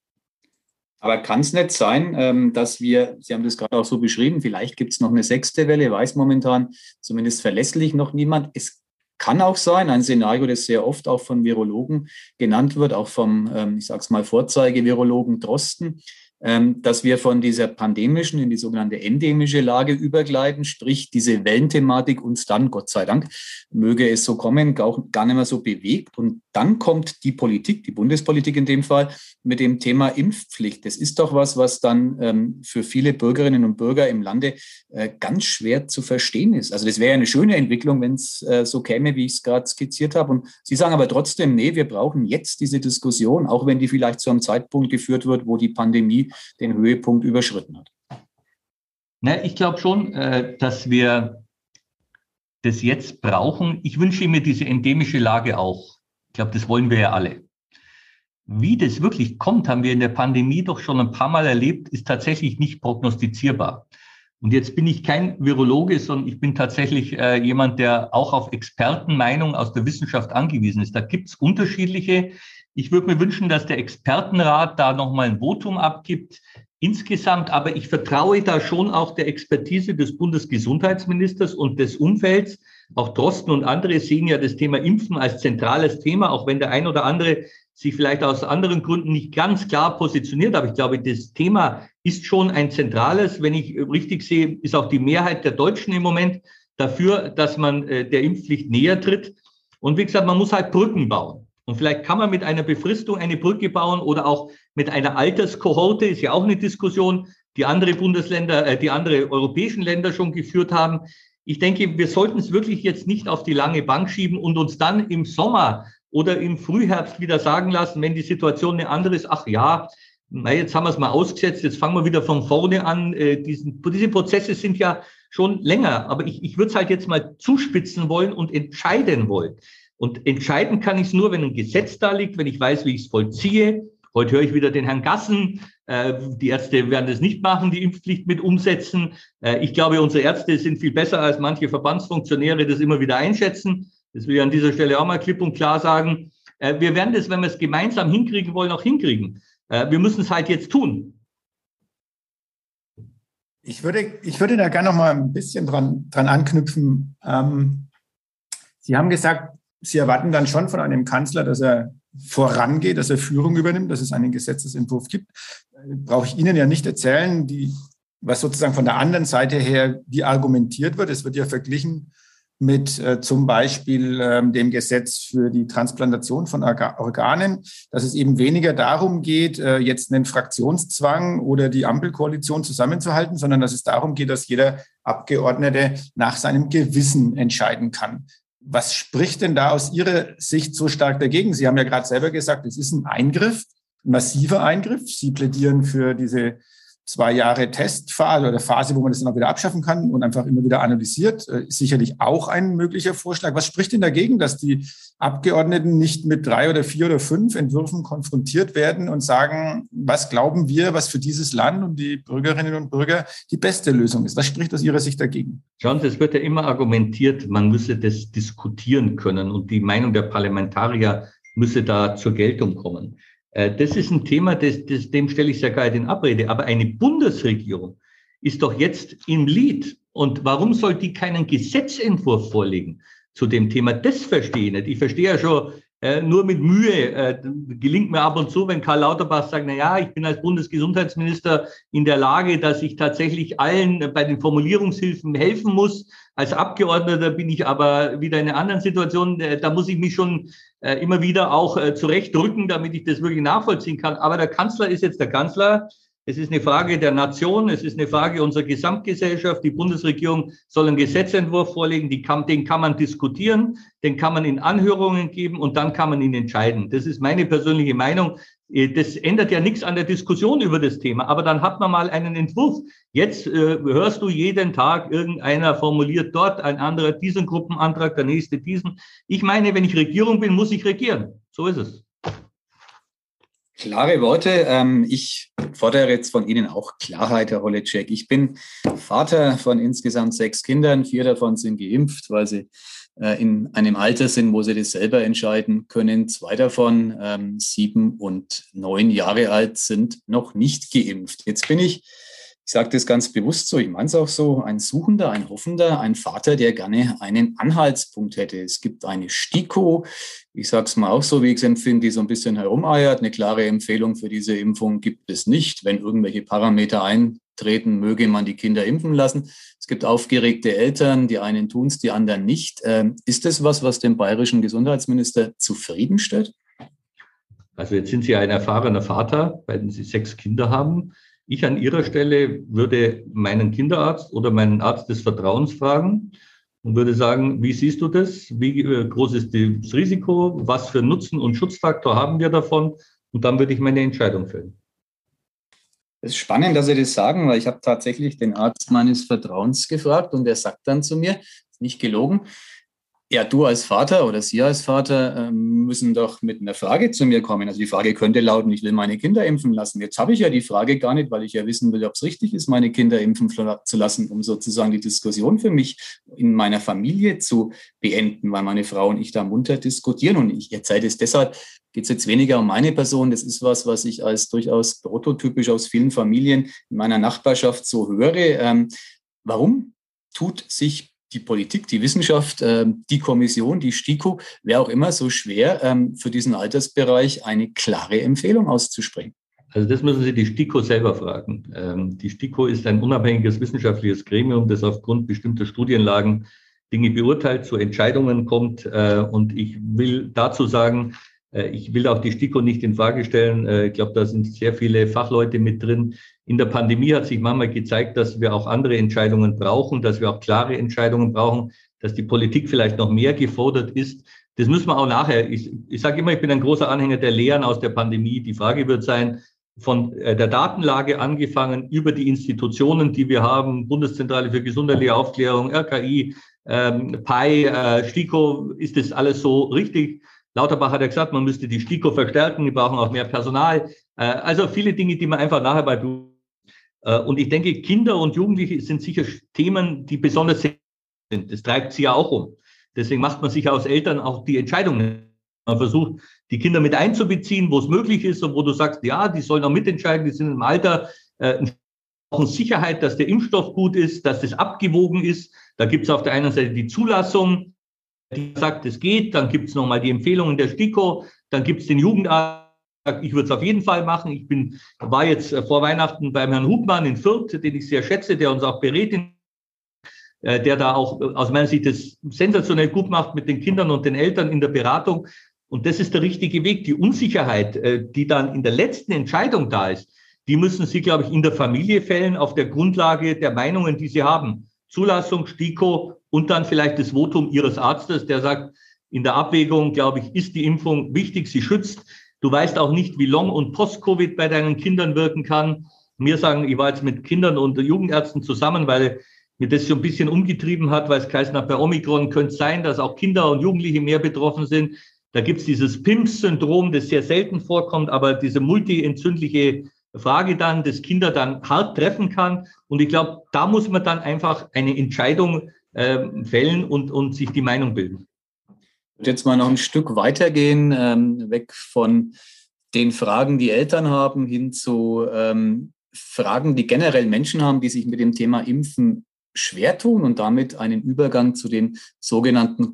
Aber kann es nicht sein, dass wir, Sie haben das gerade auch so beschrieben, vielleicht gibt es noch eine sechste Welle, weiß momentan zumindest verlässlich noch niemand. Es kann auch sein, ein Szenario, das sehr oft auch von Virologen genannt wird, auch vom, ich sage es mal, Vorzeige-Virologen Drosten, dass wir von dieser pandemischen in die sogenannte endemische Lage übergleiten, sprich diese Wellenthematik uns dann, Gott sei Dank, möge es so kommen, gar nicht mehr so bewegt und dann kommt die Politik, die Bundespolitik in dem Fall, mit dem Thema Impfpflicht. Das ist doch was, was dann ähm, für viele Bürgerinnen und Bürger im Lande äh, ganz schwer zu verstehen ist. Also das wäre eine schöne Entwicklung, wenn es äh, so käme, wie ich es gerade skizziert habe. Und Sie sagen aber trotzdem, nee, wir brauchen jetzt diese Diskussion, auch wenn die vielleicht zu einem Zeitpunkt geführt wird, wo die Pandemie den Höhepunkt überschritten hat. Na, ich glaube schon, äh, dass wir das jetzt brauchen. Ich wünsche mir diese endemische Lage auch. Ich glaube, das wollen wir ja alle. Wie das wirklich kommt, haben wir in der Pandemie doch schon ein paar Mal erlebt, ist tatsächlich nicht prognostizierbar. Und jetzt bin ich kein Virologe, sondern ich bin tatsächlich äh, jemand, der auch auf Expertenmeinung aus der Wissenschaft angewiesen ist. Da gibt es unterschiedliche. Ich würde mir wünschen, dass der Expertenrat da nochmal ein Votum abgibt. Insgesamt, aber ich vertraue da schon auch der Expertise des Bundesgesundheitsministers und des Umfelds. Auch Drosten und andere sehen ja das Thema Impfen als zentrales Thema, auch wenn der ein oder andere sich vielleicht aus anderen Gründen nicht ganz klar positioniert. Aber ich glaube, das Thema ist schon ein zentrales. Wenn ich richtig sehe, ist auch die Mehrheit der Deutschen im Moment dafür, dass man der Impfpflicht näher tritt. Und wie gesagt, man muss halt Brücken bauen. Und vielleicht kann man mit einer Befristung eine Brücke bauen oder auch mit einer Alterskohorte, ist ja auch eine Diskussion, die andere Bundesländer, äh, die andere europäischen Länder schon geführt haben. Ich denke, wir sollten es wirklich jetzt nicht auf die lange Bank schieben und uns dann im Sommer oder im Frühherbst wieder sagen lassen, wenn die Situation eine andere ist, ach ja, na, jetzt haben wir es mal ausgesetzt, jetzt fangen wir wieder von vorne an. Äh, diesen, diese Prozesse sind ja schon länger, aber ich, ich würde es halt jetzt mal zuspitzen wollen und entscheiden wollen. Und entscheiden kann ich es nur, wenn ein Gesetz da liegt, wenn ich weiß, wie ich es vollziehe. Heute höre ich wieder den Herrn Gassen. Äh, die Ärzte werden das nicht machen, die Impfpflicht mit umsetzen. Äh, ich glaube, unsere Ärzte sind viel besser, als manche Verbandsfunktionäre das immer wieder einschätzen. Das will ich an dieser Stelle auch mal klipp und klar sagen. Äh, wir werden das, wenn wir es gemeinsam hinkriegen wollen, auch hinkriegen. Äh, wir müssen es halt jetzt tun. Ich würde, ich würde da gerne noch mal ein bisschen dran, dran anknüpfen. Ähm, Sie haben gesagt, Sie erwarten dann schon von einem Kanzler, dass er vorangeht, dass er Führung übernimmt, dass es einen Gesetzesentwurf gibt. Brauche ich Ihnen ja nicht erzählen, die, was sozusagen von der anderen Seite her, wie argumentiert wird. Es wird ja verglichen mit äh, zum Beispiel ähm, dem Gesetz für die Transplantation von Orga- Organen, dass es eben weniger darum geht, äh, jetzt einen Fraktionszwang oder die Ampelkoalition zusammenzuhalten, sondern dass es darum geht, dass jeder Abgeordnete nach seinem Gewissen entscheiden kann. Was spricht denn da aus Ihrer Sicht so stark dagegen? Sie haben ja gerade selber gesagt, es ist ein Eingriff, ein massiver Eingriff. Sie plädieren für diese zwei Jahre Testphase oder Phase, wo man das dann auch wieder abschaffen kann und einfach immer wieder analysiert. Ist sicherlich auch ein möglicher Vorschlag. Was spricht denn dagegen, dass die Abgeordneten nicht mit drei oder vier oder fünf Entwürfen konfrontiert werden und sagen, was glauben wir, was für dieses Land und die Bürgerinnen und Bürger die beste Lösung ist? Was spricht aus Ihrer Sicht dagegen? Schauen Sie, es wird ja immer argumentiert, man müsse das diskutieren können und die Meinung der Parlamentarier müsse da zur Geltung kommen. Das ist ein Thema, das, das, dem stelle ich sehr geil in Abrede. Aber eine Bundesregierung ist doch jetzt im Lied. Und warum soll die keinen Gesetzentwurf vorlegen zu dem Thema? Das verstehe ich nicht. Ich verstehe ja schon, äh, nur mit Mühe äh, gelingt mir ab und zu, wenn Karl Lauterbach sagt, na ja, ich bin als Bundesgesundheitsminister in der Lage, dass ich tatsächlich allen bei den Formulierungshilfen helfen muss. Als Abgeordneter bin ich aber wieder in einer anderen Situation. Äh, da muss ich mich schon äh, immer wieder auch äh, zurechtrücken, damit ich das wirklich nachvollziehen kann. Aber der Kanzler ist jetzt der Kanzler. Es ist eine Frage der Nation, es ist eine Frage unserer Gesamtgesellschaft. Die Bundesregierung soll einen Gesetzentwurf vorlegen, die kann, den kann man diskutieren, den kann man in Anhörungen geben und dann kann man ihn entscheiden. Das ist meine persönliche Meinung. Das ändert ja nichts an der Diskussion über das Thema, aber dann hat man mal einen Entwurf. Jetzt äh, hörst du jeden Tag, irgendeiner formuliert dort, ein anderer diesen Gruppenantrag, der nächste diesen. Ich meine, wenn ich Regierung bin, muss ich regieren. So ist es. Klare Worte. Ich fordere jetzt von Ihnen auch Klarheit, Herr Holecek. Ich bin Vater von insgesamt sechs Kindern. Vier davon sind geimpft, weil sie in einem Alter sind, wo sie das selber entscheiden können. Zwei davon, sieben und neun Jahre alt, sind noch nicht geimpft. Jetzt bin ich Ich sage das ganz bewusst so, ich meine es auch so, ein Suchender, ein Hoffender, ein Vater, der gerne einen Anhaltspunkt hätte. Es gibt eine STIKO, ich sage es mal auch so, wie ich es empfinde, die so ein bisschen herumeiert. Eine klare Empfehlung für diese Impfung gibt es nicht. Wenn irgendwelche Parameter eintreten, möge man die Kinder impfen lassen. Es gibt aufgeregte Eltern, die einen tun es, die anderen nicht. Ähm, ist das was, was den bayerischen Gesundheitsminister zufriedenstellt? Also jetzt sind Sie ein erfahrener Vater, weil Sie sechs Kinder haben. Ich an Ihrer Stelle würde meinen Kinderarzt oder meinen Arzt des Vertrauens fragen und würde sagen, wie siehst du das? Wie groß ist das Risiko? Was für Nutzen und Schutzfaktor haben wir davon? Und dann würde ich meine Entscheidung fällen. Es ist spannend, dass Sie das sagen, weil ich habe tatsächlich den Arzt meines Vertrauens gefragt und der sagt dann zu mir, ist nicht gelogen, ja, du als Vater oder Sie als Vater ähm, müssen doch mit einer Frage zu mir kommen. Also die Frage könnte lauten, ich will meine Kinder impfen lassen. Jetzt habe ich ja die Frage gar nicht, weil ich ja wissen will, ob es richtig ist, meine Kinder impfen zu lassen, um sozusagen die Diskussion für mich in meiner Familie zu beenden, weil meine Frau und ich da munter diskutieren. Und ich erzähle es deshalb, geht es jetzt weniger um meine Person. Das ist was, was ich als durchaus prototypisch aus vielen Familien in meiner Nachbarschaft so höre. Ähm, warum tut sich die Politik, die Wissenschaft, die Kommission, die STIKO, wer auch immer, so schwer, für diesen Altersbereich eine klare Empfehlung auszusprechen? Also das müssen Sie die STIKO selber fragen. Die STIKO ist ein unabhängiges wissenschaftliches Gremium, das aufgrund bestimmter Studienlagen Dinge beurteilt, zu Entscheidungen kommt. Und ich will dazu sagen, ich will auch die STIKO nicht in Frage stellen. Ich glaube, da sind sehr viele Fachleute mit drin. In der Pandemie hat sich manchmal gezeigt, dass wir auch andere Entscheidungen brauchen, dass wir auch klare Entscheidungen brauchen, dass die Politik vielleicht noch mehr gefordert ist. Das müssen wir auch nachher. Ich, ich sage immer, ich bin ein großer Anhänger der Lehren aus der Pandemie. Die Frage wird sein, von der Datenlage angefangen über die Institutionen, die wir haben, Bundeszentrale für gesundheitliche Aufklärung, R K I, ähm, P I, äh, STIKO, ist das alles so richtig? Lauterbach hat ja gesagt, man müsste die STIKO verstärken, die brauchen auch mehr Personal. Äh, also viele Dinge, die man einfach nachher bei Und ich denke, Kinder und Jugendliche sind sicher Themen, die besonders sind. Das treibt sie ja auch um. Deswegen macht man sich als Eltern auch die Entscheidungen. Man versucht, die Kinder mit einzubeziehen, wo es möglich ist und wo du sagst, ja, die sollen auch mitentscheiden, die sind im Alter, äh, brauchen Sicherheit, dass der Impfstoff gut ist, dass das abgewogen ist. Da gibt es auf der einen Seite die Zulassung, die sagt, es geht. Dann gibt es nochmal die Empfehlungen der STIKO. Dann gibt es den Jugendarzt. Ich würde es auf jeden Fall machen. Ich bin, war jetzt vor Weihnachten beim Herrn Hubmann in Fürth, den ich sehr schätze, der uns auch berät, der da auch aus meiner Sicht das sensationell gut macht mit den Kindern und den Eltern in der Beratung. Und das ist der richtige Weg. Die Unsicherheit, die dann in der letzten Entscheidung da ist, die müssen Sie, glaube ich, in der Familie fällen auf der Grundlage der Meinungen, die Sie haben. Zulassung, STIKO und dann vielleicht das Votum Ihres Arztes, der sagt, in der Abwägung, glaube ich, ist die Impfung wichtig, sie schützt. Du weißt auch nicht, wie Long- und Post-Covid bei deinen Kindern wirken kann. Mir sagen, ich war jetzt mit Kindern und Jugendärzten zusammen, weil mir das so ein bisschen umgetrieben hat, weil es geheißen hat, bei Omikron könnte es sein, dass auch Kinder und Jugendliche mehr betroffen sind. Da gibt es dieses P I M S-Syndrom, das sehr selten vorkommt, aber diese multientzündliche Frage dann, das Kinder dann hart treffen kann. Und ich glaube, da muss man dann einfach eine Entscheidung äh, fällen und, und sich die Meinung bilden. Ich würde jetzt mal noch ein Stück weitergehen, ähm, weg von den Fragen, die Eltern haben, hin zu ähm, Fragen, die generell Menschen haben, die sich mit dem Thema Impfen schwer tun und damit einen Übergang zu den sogenannten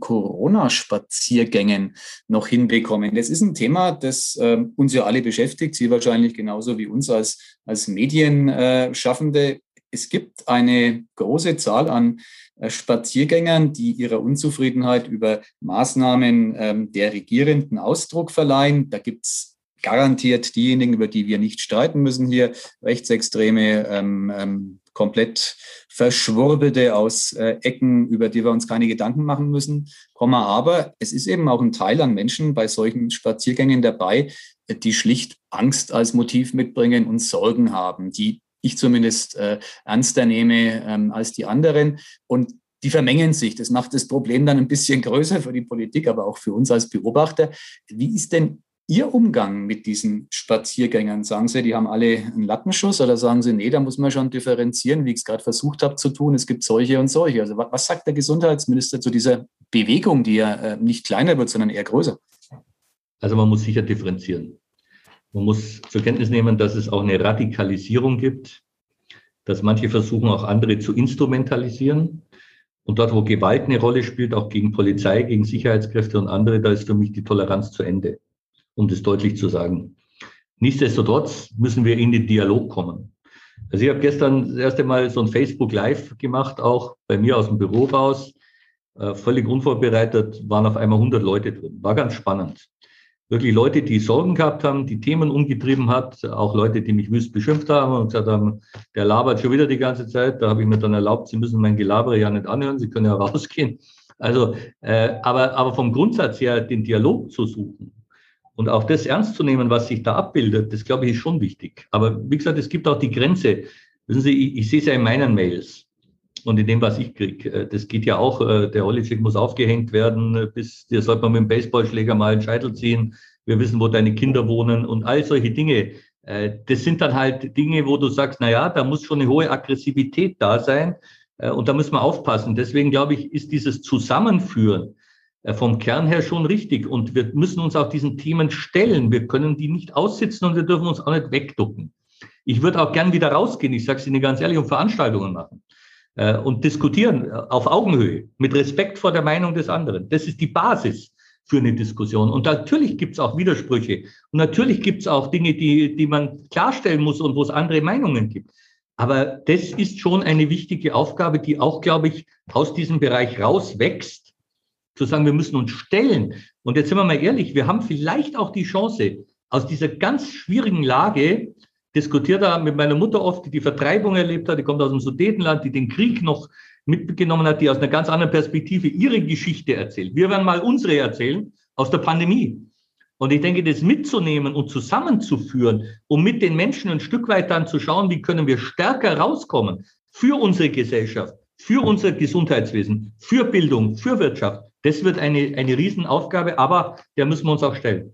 Corona-Spaziergängen noch hinbekommen. Das ist ein Thema, das äh, uns ja alle beschäftigt, Sie wahrscheinlich genauso wie uns als, als Medienschaffende. Es gibt eine große Zahl an Spaziergängern, die ihrer Unzufriedenheit über Maßnahmen ähm, der Regierenden Ausdruck verleihen. Da gibt es garantiert diejenigen, über die wir nicht streiten müssen hier, Rechtsextreme, ähm, ähm, komplett Verschwurbelte aus äh, Ecken, über die wir uns keine Gedanken machen müssen. Aber es ist eben auch ein Teil an Menschen bei solchen Spaziergängen dabei, die schlicht Angst als Motiv mitbringen und Sorgen haben, die ich zumindest äh, ernster nehme ähm, als die anderen. Und die vermengen sich. Das macht das Problem dann ein bisschen größer für die Politik, aber auch für uns als Beobachter. Wie ist denn Ihr Umgang mit diesen Spaziergängern? Sagen Sie, die haben alle einen Lattenschuss, oder sagen Sie, nee, da muss man schon differenzieren, wie ich es gerade versucht habe zu tun. Es gibt solche und solche. Also was sagt der Gesundheitsminister zu dieser Bewegung, die ja äh, nicht kleiner wird, sondern eher größer? Also man muss sicher differenzieren. Man muss zur Kenntnis nehmen, dass es auch eine Radikalisierung gibt. dass manche versuchen, auch andere zu instrumentalisieren. Und dort, wo Gewalt eine Rolle spielt, auch gegen Polizei, gegen Sicherheitskräfte und andere, da ist für mich die Toleranz zu Ende, um das deutlich zu sagen. Nichtsdestotrotz müssen wir in den Dialog kommen. Also ich habe gestern das erste Mal so ein Facebook Live gemacht, auch bei mir aus dem Büro raus, äh, völlig unvorbereitet, waren auf einmal hundert Leute drin. War ganz spannend. Wirklich Leute, die Sorgen gehabt haben, die Themen umgetrieben hat, auch Leute, die mich wüst beschimpft haben und gesagt haben, der labert schon wieder die ganze Zeit. Da habe ich mir dann erlaubt, Sie müssen mein Gelabere ja nicht anhören, Sie können ja rausgehen. Also, äh, aber, aber vom Grundsatz her den Dialog zu suchen und auch das ernst zu nehmen, was sich da abbildet, das glaube ich ist schon wichtig. Aber wie gesagt, es gibt auch die Grenze. Wissen Sie, ich, ich sehe es ja in meinen Mails und in dem, was ich kriege. Das geht ja auch, der Holitschek muss aufgehängt werden, bis dir sollte man mit dem Baseballschläger mal einen Scheitel ziehen. Wir wissen, wo deine Kinder wohnen und all solche Dinge. Das sind dann halt Dinge, wo du sagst, na ja, da muss schon eine hohe Aggressivität da sein und da müssen wir aufpassen. Deswegen glaube ich, ist dieses Zusammenführen vom Kern her schon richtig und wir müssen uns auch diesen Themen stellen. Wir können die nicht aussitzen und wir dürfen uns auch nicht wegducken. Ich würde auch gern wieder rausgehen, ich sage es Ihnen ganz ehrlich, und Veranstaltungen machen und diskutieren auf Augenhöhe, mit Respekt vor der Meinung des anderen. Das ist die Basis für eine Diskussion. Und natürlich gibt es auch Widersprüche. Und natürlich gibt es auch Dinge, die, die man klarstellen muss und wo es andere Meinungen gibt. Aber das ist schon eine wichtige Aufgabe, die auch, glaube ich, aus diesem Bereich rauswächst, zu sagen, wir müssen uns stellen. Und jetzt sind wir mal ehrlich, wir haben vielleicht auch die Chance, aus dieser ganz schwierigen Lage, diskutiert da mit meiner Mutter oft, die die Vertreibung erlebt hat, die kommt aus dem Sudetenland, die den Krieg noch mitgenommen hat, die aus einer ganz anderen Perspektive ihre Geschichte erzählt. Wir werden mal unsere erzählen aus der Pandemie. Und ich denke, das mitzunehmen und zusammenzuführen, um mit den Menschen ein Stück weit dann zu schauen, wie können wir stärker rauskommen für unsere Gesellschaft, für unser Gesundheitswesen, für Bildung, für Wirtschaft. Das wird eine, eine Riesenaufgabe, aber der müssen wir uns auch stellen.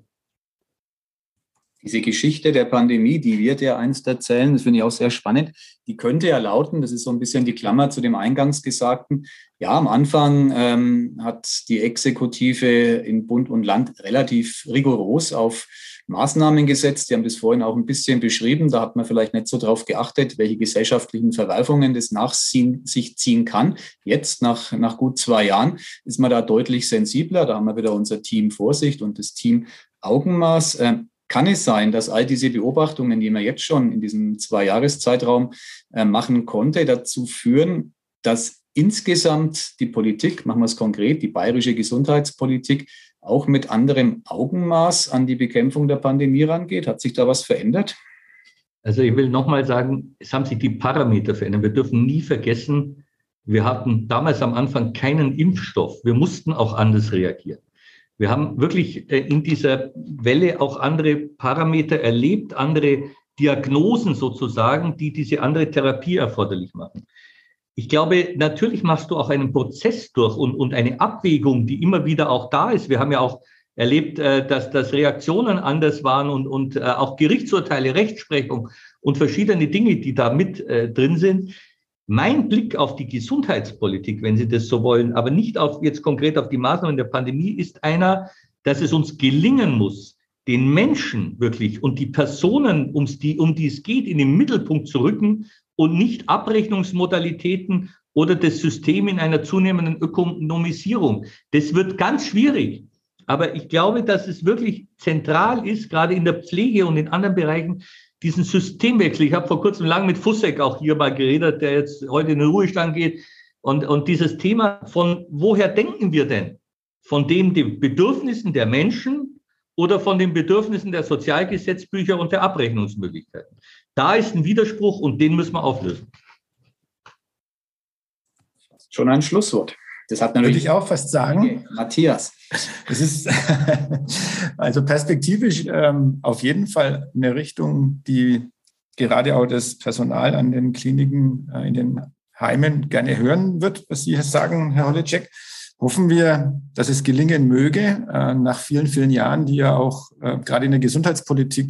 Diese Geschichte der Pandemie, die wird ja einst erzählen, das finde ich auch sehr spannend, die könnte ja lauten, das ist so ein bisschen die Klammer zu dem eingangs Gesagten, ja, am Anfang ähm, hat die Exekutive in Bund und Land relativ rigoros auf Maßnahmen gesetzt. Die haben das vorhin auch ein bisschen beschrieben, da hat man vielleicht nicht so drauf geachtet, welche gesellschaftlichen Verwerfungen das nach sich ziehen kann. Jetzt, nach, nach gut zwei Jahren, ist man da deutlich sensibler, da haben wir wieder unser Team Vorsicht und das Team Augenmaß. Ähm, Kann es sein, dass all diese Beobachtungen, die man jetzt schon in diesem Zwei-Jahres-Zeitraum äh, machen konnte, dazu führen, dass insgesamt die Politik, machen wir es konkret, die bayerische Gesundheitspolitik auch mit anderem Augenmaß an die Bekämpfung der Pandemie rangeht? Hat sich da was verändert? Also ich will nochmal sagen, es haben sich die Parameter verändert. Wir dürfen nie vergessen, wir hatten damals am Anfang keinen Impfstoff. Wir mussten auch anders reagieren. Wir haben wirklich in dieser Welle auch andere Parameter erlebt, andere Diagnosen sozusagen, die diese andere Therapie erforderlich machen. Ich glaube, natürlich machst du auch einen Prozess durch und, und eine Abwägung, die immer wieder auch da ist. Wir haben ja auch erlebt, dass, dass Reaktionen anders waren und, und auch Gerichtsurteile, Rechtsprechung und verschiedene Dinge, die da mit äh, drin sind. Mein Blick auf die Gesundheitspolitik, wenn Sie das so wollen, aber nicht auf jetzt konkret auf die Maßnahmen der Pandemie, ist einer, dass es uns gelingen muss, den Menschen wirklich und die Personen, ums die, um die es geht, in den Mittelpunkt zu rücken und nicht Abrechnungsmodalitäten oder das System in einer zunehmenden Ökonomisierung. Das wird ganz schwierig. Aber ich glaube, dass es wirklich zentral ist, gerade in der Pflege und in anderen Bereichen, diesen Systemwechsel. Ich habe vor kurzem lang mit Fussek auch hier mal geredet, der jetzt heute in den Ruhestand geht. Und, und dieses Thema von, woher denken wir denn? Von den, den Bedürfnissen der Menschen oder von den Bedürfnissen der Sozialgesetzbücher und der Abrechnungsmöglichkeiten? Da ist ein Widerspruch und den müssen wir auflösen. Schon ein Schlusswort. Das hat natürlich Würde ich auch fast sagen. Okay. Matthias. Es ist also perspektivisch ähm, auf jeden Fall eine Richtung, die gerade auch das Personal an den Kliniken, äh, in den Heimen gerne hören wird, was Sie sagen, Herr Holitschek. Hoffen wir, dass es gelingen möge, äh, nach vielen, vielen Jahren, die ja auch äh, gerade in der Gesundheitspolitik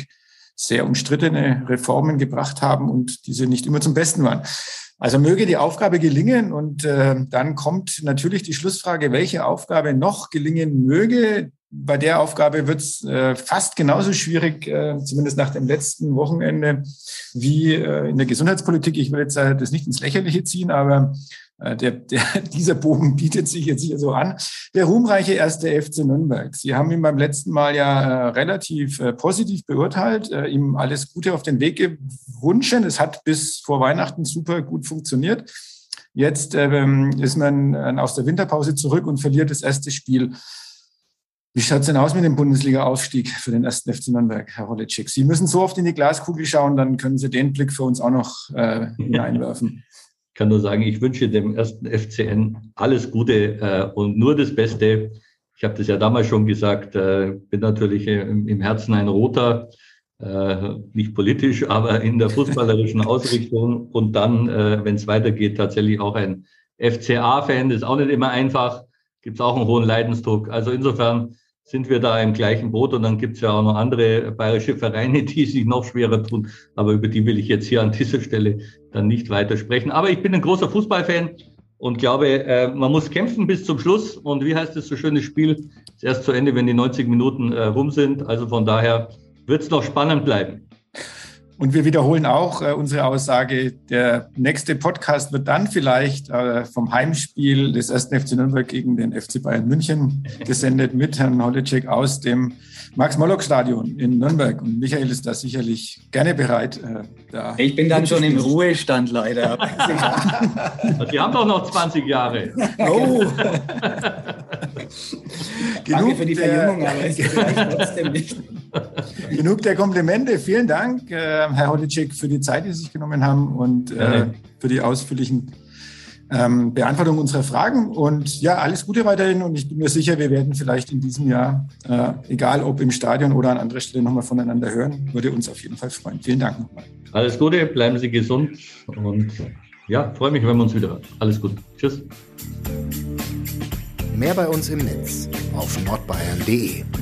sehr umstrittene Reformen gebracht haben und diese nicht immer zum Besten waren. Also möge die Aufgabe gelingen und äh, dann kommt natürlich die Schlussfrage, welche Aufgabe noch gelingen möge. Bei der Aufgabe wird es äh, fast genauso schwierig, äh, zumindest nach dem letzten Wochenende, wie äh, in der Gesundheitspolitik. Ich will jetzt äh, das nicht ins Lächerliche ziehen, aber äh, der, der, dieser Bogen bietet sich jetzt hier so an. Der ruhmreiche erste F C Nürnberg. Sie haben ihn beim letzten Mal ja äh, relativ äh, positiv beurteilt, äh, ihm alles Gute auf den Weg gewünscht. Es hat bis vor Weihnachten super gut funktioniert. Jetzt äh, ist man äh, aus der Winterpause zurück und verliert das erste Spiel. Wie schaut es denn aus mit dem Bundesliga-Aufstieg für den ersten F C Nürnberg, Herr Holecek? Sie müssen so oft in die Glaskugel schauen, dann können Sie den Blick für uns auch noch äh, hineinwerfen. Ich kann nur sagen, ich wünsche dem ersten F C N alles Gute äh, und nur das Beste. Ich habe das ja damals schon gesagt, äh, bin natürlich im, im Herzen ein Roter, äh, nicht politisch, aber in der fußballerischen Ausrichtung. Und dann, äh, wenn es weitergeht, tatsächlich auch ein F C A-Fan. Das ist auch nicht immer einfach. Gibt es auch einen hohen Leidensdruck. Also insofern sind wir da im gleichen Boot und dann gibt es ja auch noch andere bayerische Vereine, die sich noch schwerer tun. Aber über die will ich jetzt hier an dieser Stelle dann nicht weiter sprechen. Aber ich bin ein großer Fußballfan und glaube, äh, man muss kämpfen bis zum Schluss. Und wie heißt das so schönes Spiel? Ist erst zu Ende, wenn die neunzig Minuten äh, rum sind. Also von daher wird es noch spannend bleiben. Und wir wiederholen auch äh, unsere Aussage, der nächste Podcast wird dann vielleicht äh, vom Heimspiel des ersten F C Nürnberg gegen den F C Bayern München gesendet mit Herrn Holecek aus dem Max-Morlock-Stadion in Nürnberg. Und Michael ist da sicherlich gerne bereit. Äh, da ich bin dann schon im Ruhestand leider. Sie haben doch noch zwanzig Jahre. Oh. Danke für die Verjüngung, aber es vielleicht trotzdem nicht. Genug der Komplimente. Vielen Dank, äh, Herr Holecek, für die Zeit, die Sie sich genommen haben und äh, für die ausführlichen ähm, Beantwortungen unserer Fragen. Und ja, alles Gute weiterhin. Und ich bin mir sicher, wir werden vielleicht in diesem Jahr, äh, egal ob im Stadion oder an anderer Stelle, nochmal voneinander hören. Würde uns auf jeden Fall freuen. Vielen Dank nochmal. Alles Gute, bleiben Sie gesund. Und ja, freue mich, wenn wir uns wieder hören. Alles Gute. Tschüss. Mehr bei uns im Netz auf nordbayern punkt de.